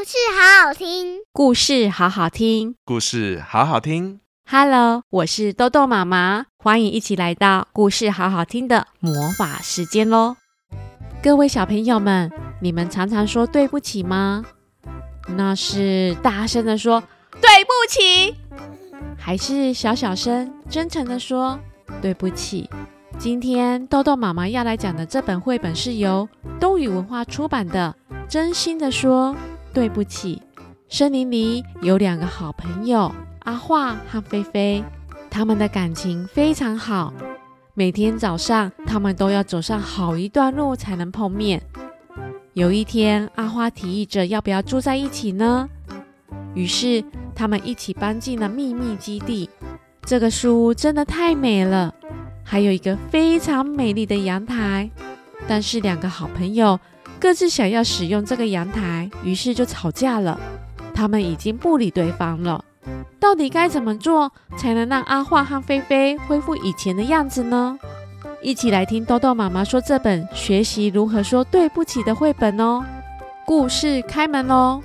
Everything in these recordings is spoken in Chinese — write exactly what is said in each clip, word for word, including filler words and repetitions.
事好好听， 故事好好听， 故事好好听。 Hello， 我是豆豆妈妈，欢迎一起来到故事好好听的魔法时间咯。各位小朋友们，你们常常说对不起吗？那是大声的说对不起，还是小小声真诚的说对不起？今天豆豆妈妈要来讲的这本绘本是由东雨文化出版的《真心的说对不起》。森林里有两个好朋友，阿画和菲菲，他们的感情非常好，每天早上他们都要走上好一段路才能碰面。有一天，阿花提议着要不要住在一起呢？于是他们一起搬进了秘密基地。这个树屋真的太美了，还有一个非常美丽的阳台。但是两个好朋友各自想要使用这个阳台，于是就吵架了。他们已经不理对方了，到底该怎么做才能让阿画和菲菲恢复以前的样子呢？一起来听豆豆妈妈说这本学习如何说对不起的绘本哦。故事开门咯。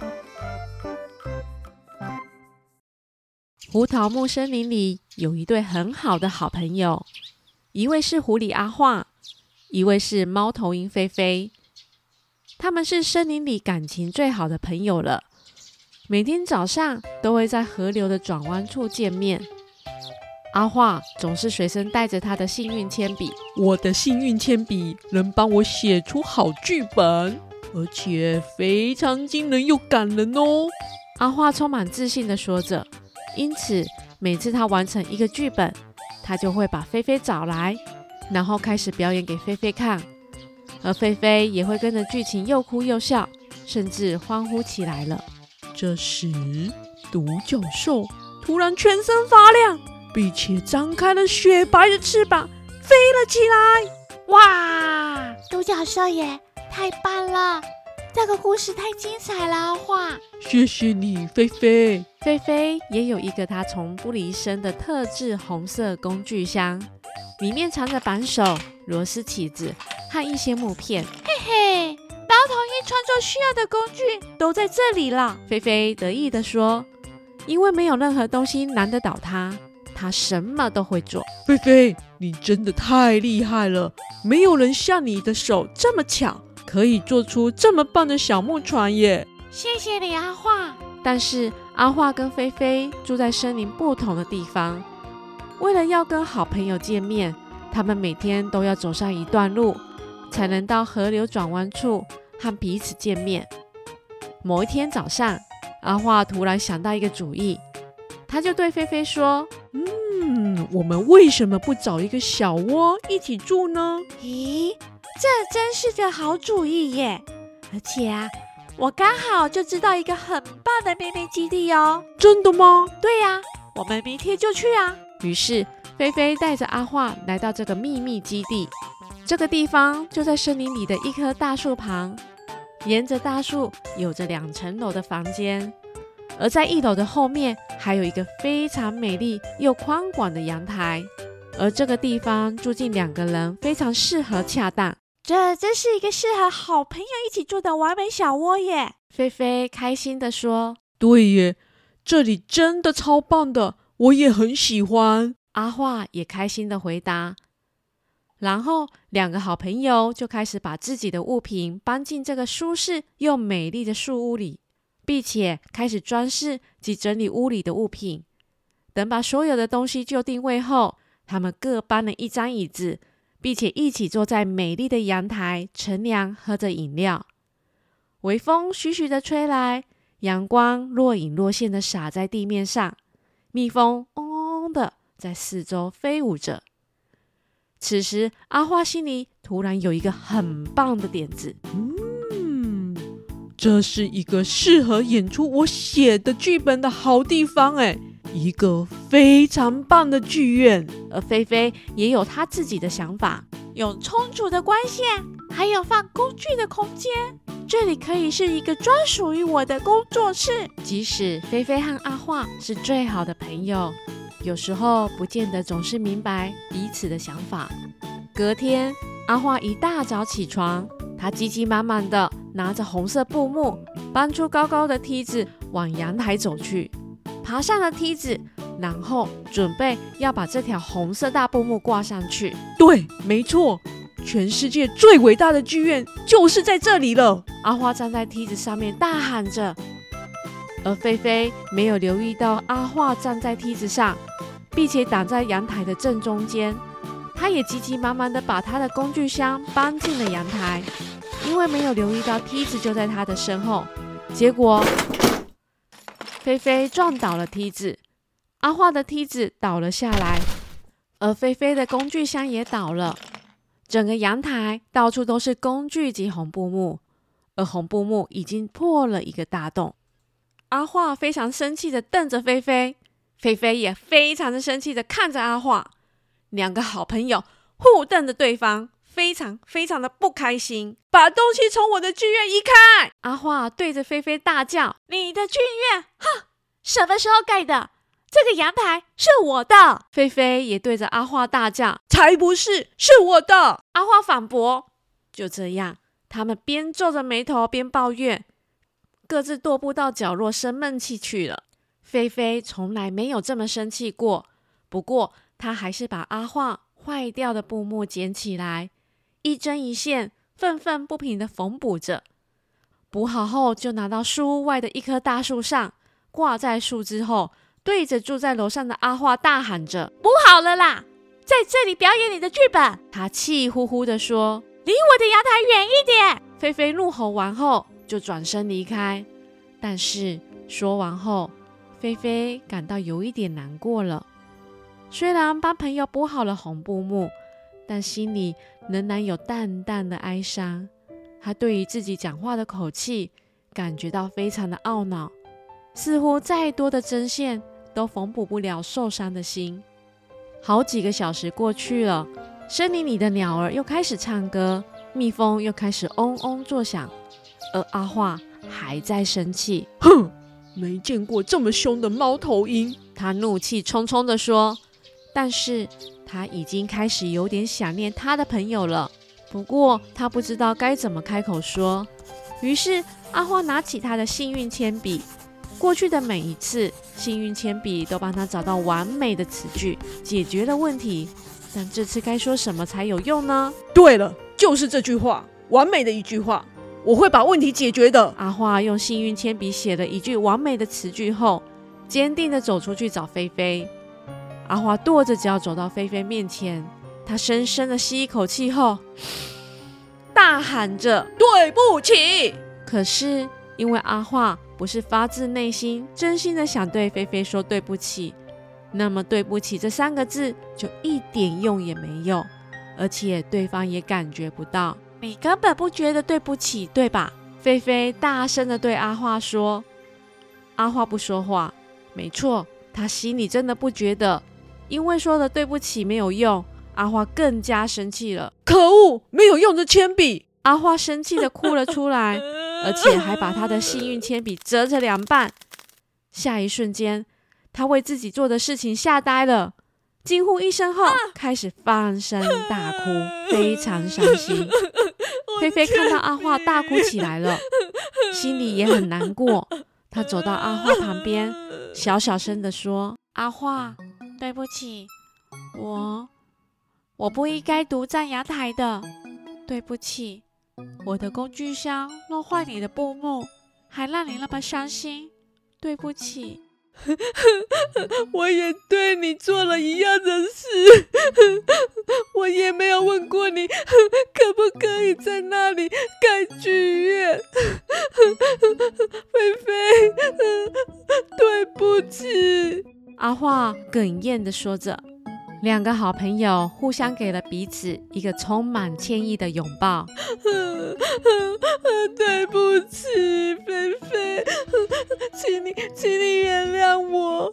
胡桃木森林里有一对很好的好朋友，一位是狐狸阿画，一位是猫头鹰菲菲。他们是森林里感情最好的朋友了，每天早上都会在河流的转弯处见面。阿画总是随身带着他的幸运铅笔， 我的幸运铅笔能帮我写出好剧本，而且非常惊人又感人哦。 阿画充满自信地说着，因此每次他完成一个剧本，他就会把菲菲找来，然后开始表演给菲菲看，而菲菲也会跟着剧情又哭又笑，甚至欢呼起来了。 这时，独角兽突然全身发亮，并且张开了雪白的翅膀，飞了起来。 哇，独角兽耶，太棒了！这个故事太精彩了，阿画。 谢谢你，菲菲。 菲菲也有一个她从不离身的特制红色工具箱，里面藏着扳手、螺丝起子和一些木片。 嘿嘿，猫头鹰创作需要的工具都在这里了。 菲菲得意地说，因为没有任何东西难得倒她，她什么都会做。 菲菲，你真的太厉害了，没有人像你的手这么巧，可以做出这么棒的小木船耶。 谢谢你，阿画。 但是阿画跟菲菲住在森林不同的地方，为了要跟好朋友见面，他们每天都要走上一段路，才能到河流转弯处和彼此见面。某一天早上，阿画突然想到一个主意，他就对菲菲说， 嗯，我们为什么不找一个小窝一起住呢？ 咦，这真是个好主意耶！而且啊，我刚好就知道一个很棒的秘密基地哦。 真的吗？ 对呀、啊，我们明天就去啊。 于是菲菲带着阿画来到这个秘密基地。这个地方就在森林里的一棵大树旁，沿着大树有着两层楼的房间，而在一楼的后面还有一个非常美丽又宽广的阳台，而这个地方住进两个人非常适合恰当。 这真是一个适合好朋友一起住的完美小窝耶！ 菲菲开心地说， 对耶，这里真的超棒的，我也很喜欢。 阿画也开心地回答。然后两个好朋友就开始把自己的物品搬进这个舒适又美丽的树屋里，并且开始装饰及整理屋里的物品。等把所有的东西就定位后，他们各搬了一张椅子，并且一起坐在美丽的阳台乘凉，喝着饮料。微风徐徐地吹来，阳光若隐若现地洒在地面上，蜜蜂嗡嗡嗡地在四周飞舞着。此时阿画心里突然有一个很棒的点子， 嗯，这是一个适合演出我写的剧本的好地方哎，一个非常棒的剧院。 而菲菲也有她自己的想法， 有充足的光线，还有放工具的空间，这里可以是一个专属于我的工作室。 即使菲菲和阿画是最好的朋友，有时候不见得总是明白彼此的想法。隔天，阿画一大早起床，他急急忙忙的拿着红色布幕，搬出高高的梯子往阳台走去，爬上了梯子，然后准备要把这条红色大布幕挂上去。 对，没错，全世界最伟大的剧院就是在这里了。 阿花站在梯子上面大喊着，而菲菲没有留意到阿花站在梯子上，并且挡在阳台的正中间。她也急急忙忙地把她的工具箱搬进了阳台，因为没有留意到梯子就在她的身后。结果菲菲撞倒了梯子，阿花的梯子倒了下来，而菲菲的工具箱也倒了。整个阳台到处都是工具及红布幕，而红布幕已经破了一个大洞。阿花非常生气地瞪着菲菲，菲菲也非常的生气地看着阿花，两个好朋友互瞪着对方，非常非常的不开心。把东西从我的剧院移开！阿花对着菲菲大叫： 你的剧院？哼，什么时候盖的？这个阳台是我的！ 菲菲也对着阿花大叫： 才不是，是我的！ 阿花反驳。就这样，他们边皱着眉头边抱怨，各自踱步到角落生闷气去了。菲菲从来没有这么生气过，不过她还是把阿花坏掉的布幕捡起来，一针一线愤愤不平地缝补着。补好后，就拿到树屋外的一棵大树上，挂在树枝后，对着住在楼上的阿花大喊着： 补好了啦，在这里表演你的剧本！ 她气呼呼地说： 离我的阳台远一点！ 菲菲怒吼完后就转身离开，但是说完后，菲菲感到有一点难过了。虽然帮朋友补好了红布幕，但心里仍然有淡淡的哀伤。她对于自己讲话的口气感觉到非常的懊恼，似乎再多的针线都缝补不了受伤的心。好几个小时过去了，森林里的鸟儿又开始唱歌，蜜蜂又开始嗡嗡作响，而阿花还在生气。 哼，没见过这么凶的猫头鹰！ 他怒气冲冲地说。但是他已经开始有点想念他的朋友了，不过他不知道该怎么开口说。于是阿花拿起他的幸运铅笔，过去的每一次幸运铅笔都帮他找到完美的词句，解决了问题。但这次该说什么才有用呢？ 对了，就是这句话，完美的一句话，我会把问题解决的。 阿花用幸运铅笔写了一句完美的词句后，坚定地走出去找菲菲。阿花跺着脚走到菲菲面前，她深深地吸一口气后，大喊着对不起。 可是因为阿花不是发自内心真心的想对菲菲说对不起，那么对不起这三个字就一点用也没有，而且对方也感觉不到。 你根本不觉得对不起，对吧？ 菲菲大声的对阿花说。阿花不说话，没错，她心里真的不觉得，因为说了对不起没有用，阿花更加生气了。 可恶，没有用的铅笔！ 阿花生气的哭了出来，而且还把她的幸运铅笔折成两半。下一瞬间，她为自己做的事情吓呆了，惊呼一声后，开始放声大哭，非常伤心。菲菲看到阿花大哭起来了，心里也很难过。她走到阿花旁边，小小声的说： 阿花，对不起，我我不应该独占阳台的，对不起，我的工具箱弄坏你的布幕，还让你那么伤心，对不起。 我也对你做了一样的事，我也没有问过你可不可以在那里盖剧院。菲菲，对不起。 阿花哽咽地说着。两个好朋友互相给了彼此一个充满歉意的拥抱。 对不起，菲菲，请你，请你原谅我。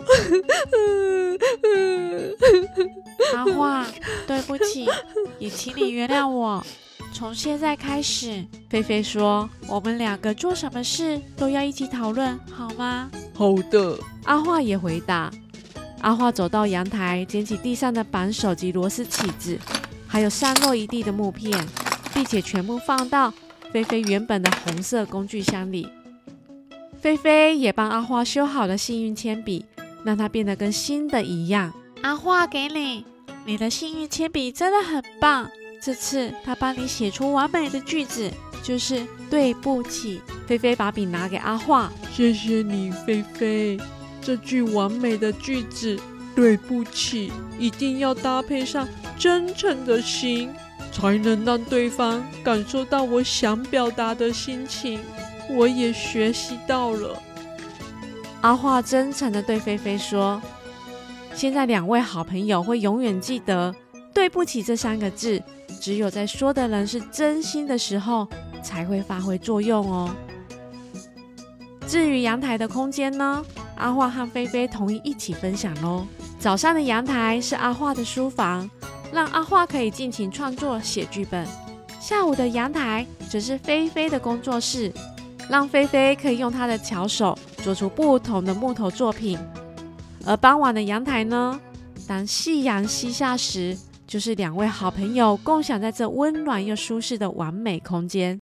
阿花，对不起，也请你原谅我。从现在开始， 菲菲说， 我们两个做什么事都要一起讨论，好吗？ 好的。 阿花也回答。阿花走到阳台，捡起地上的扳手及螺丝起子，还有散落一地的木片，并且全部放到菲菲原本的红色工具箱里。菲菲也帮阿花修好了幸运铅笔，让它变得跟新的一样。 阿花，给你，你的幸运铅笔真的很棒。这次他帮你写出完美的句子，就是对不起。 菲菲把笔拿给阿花， 谢谢你，菲菲。这句完美的句子，对不起，一定要搭配上真诚的心，才能让对方感受到我想表达的心情。我也学习到了。 阿花真诚地对菲菲说，现在两位好朋友会永远记得对不起这三个字，只有在说的人是真心的时候才会发挥作用哦。至于阳台的空间呢，阿花和菲菲同意一起分享咯。早上的阳台是阿花的书房，让阿花可以尽情创作写剧本。下午的阳台则是菲菲的工作室，让菲菲可以用她的巧手做出不同的木头作品。而傍晚的阳台呢，当夕阳西下时，就是两位好朋友共享在这温暖又舒适的完美空间。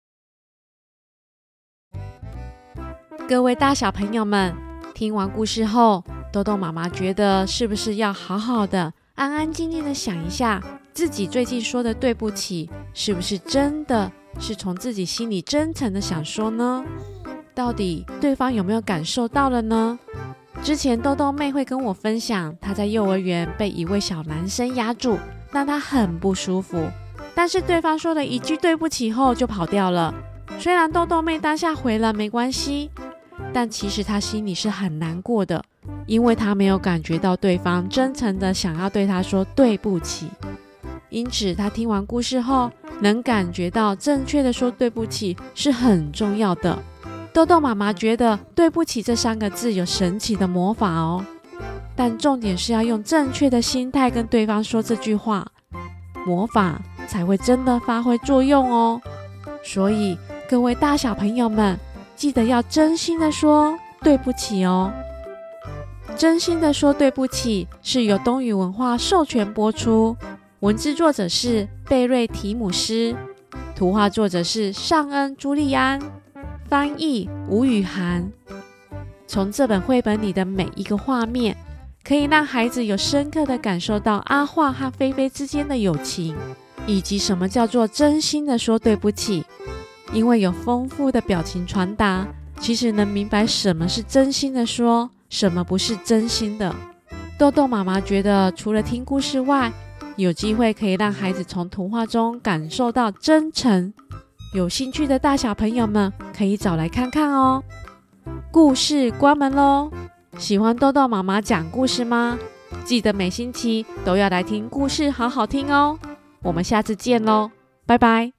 各位大小朋友们，听完故事后，豆豆妈妈觉得是不是要好好的安安静静的想一下，自己最近说的对不起，是不是真的是从自己心里真诚的想说呢？到底对方有没有感受到了呢？之前豆豆妹会跟我分享，她在幼儿园被一位小男生压住，让她很不舒服，但是对方说了一句对不起后就跑掉了。虽然豆豆妹当下回了没关系，但其实她心里是很难过的，因为她没有感觉到对方真诚的想要对她说对不起。因此她听完故事后，能感觉到正确的说对不起是很重要的。豆豆妈妈觉得对不起这三个字有神奇的魔法哦，但重点是要用正确的心态跟对方说这句话，魔法才会真的发挥作用哦。所以各位大小朋友们，记得要真心的说对不起哦。真心的说对不起是由东宇文化授权播出，文字作者是贝瑞提姆斯，图画作者是尚恩朱利安，翻译吴雨涵。从这本绘本里的每一个画面，可以让孩子有深刻的感受到阿画和菲菲之间的友情，以及什么叫做真心的说对不起。因为有丰富的表情传达，其实能明白什么是真心的说，什么不是真心的。豆豆妈妈觉得，除了听故事外，有机会可以让孩子从图画中感受到真诚。有兴趣的大小朋友们可以找来看看哦。故事关门咯，喜欢豆豆妈妈讲故事吗？记得每星期都要来听故事好好听哦。我们下次见咯，拜拜。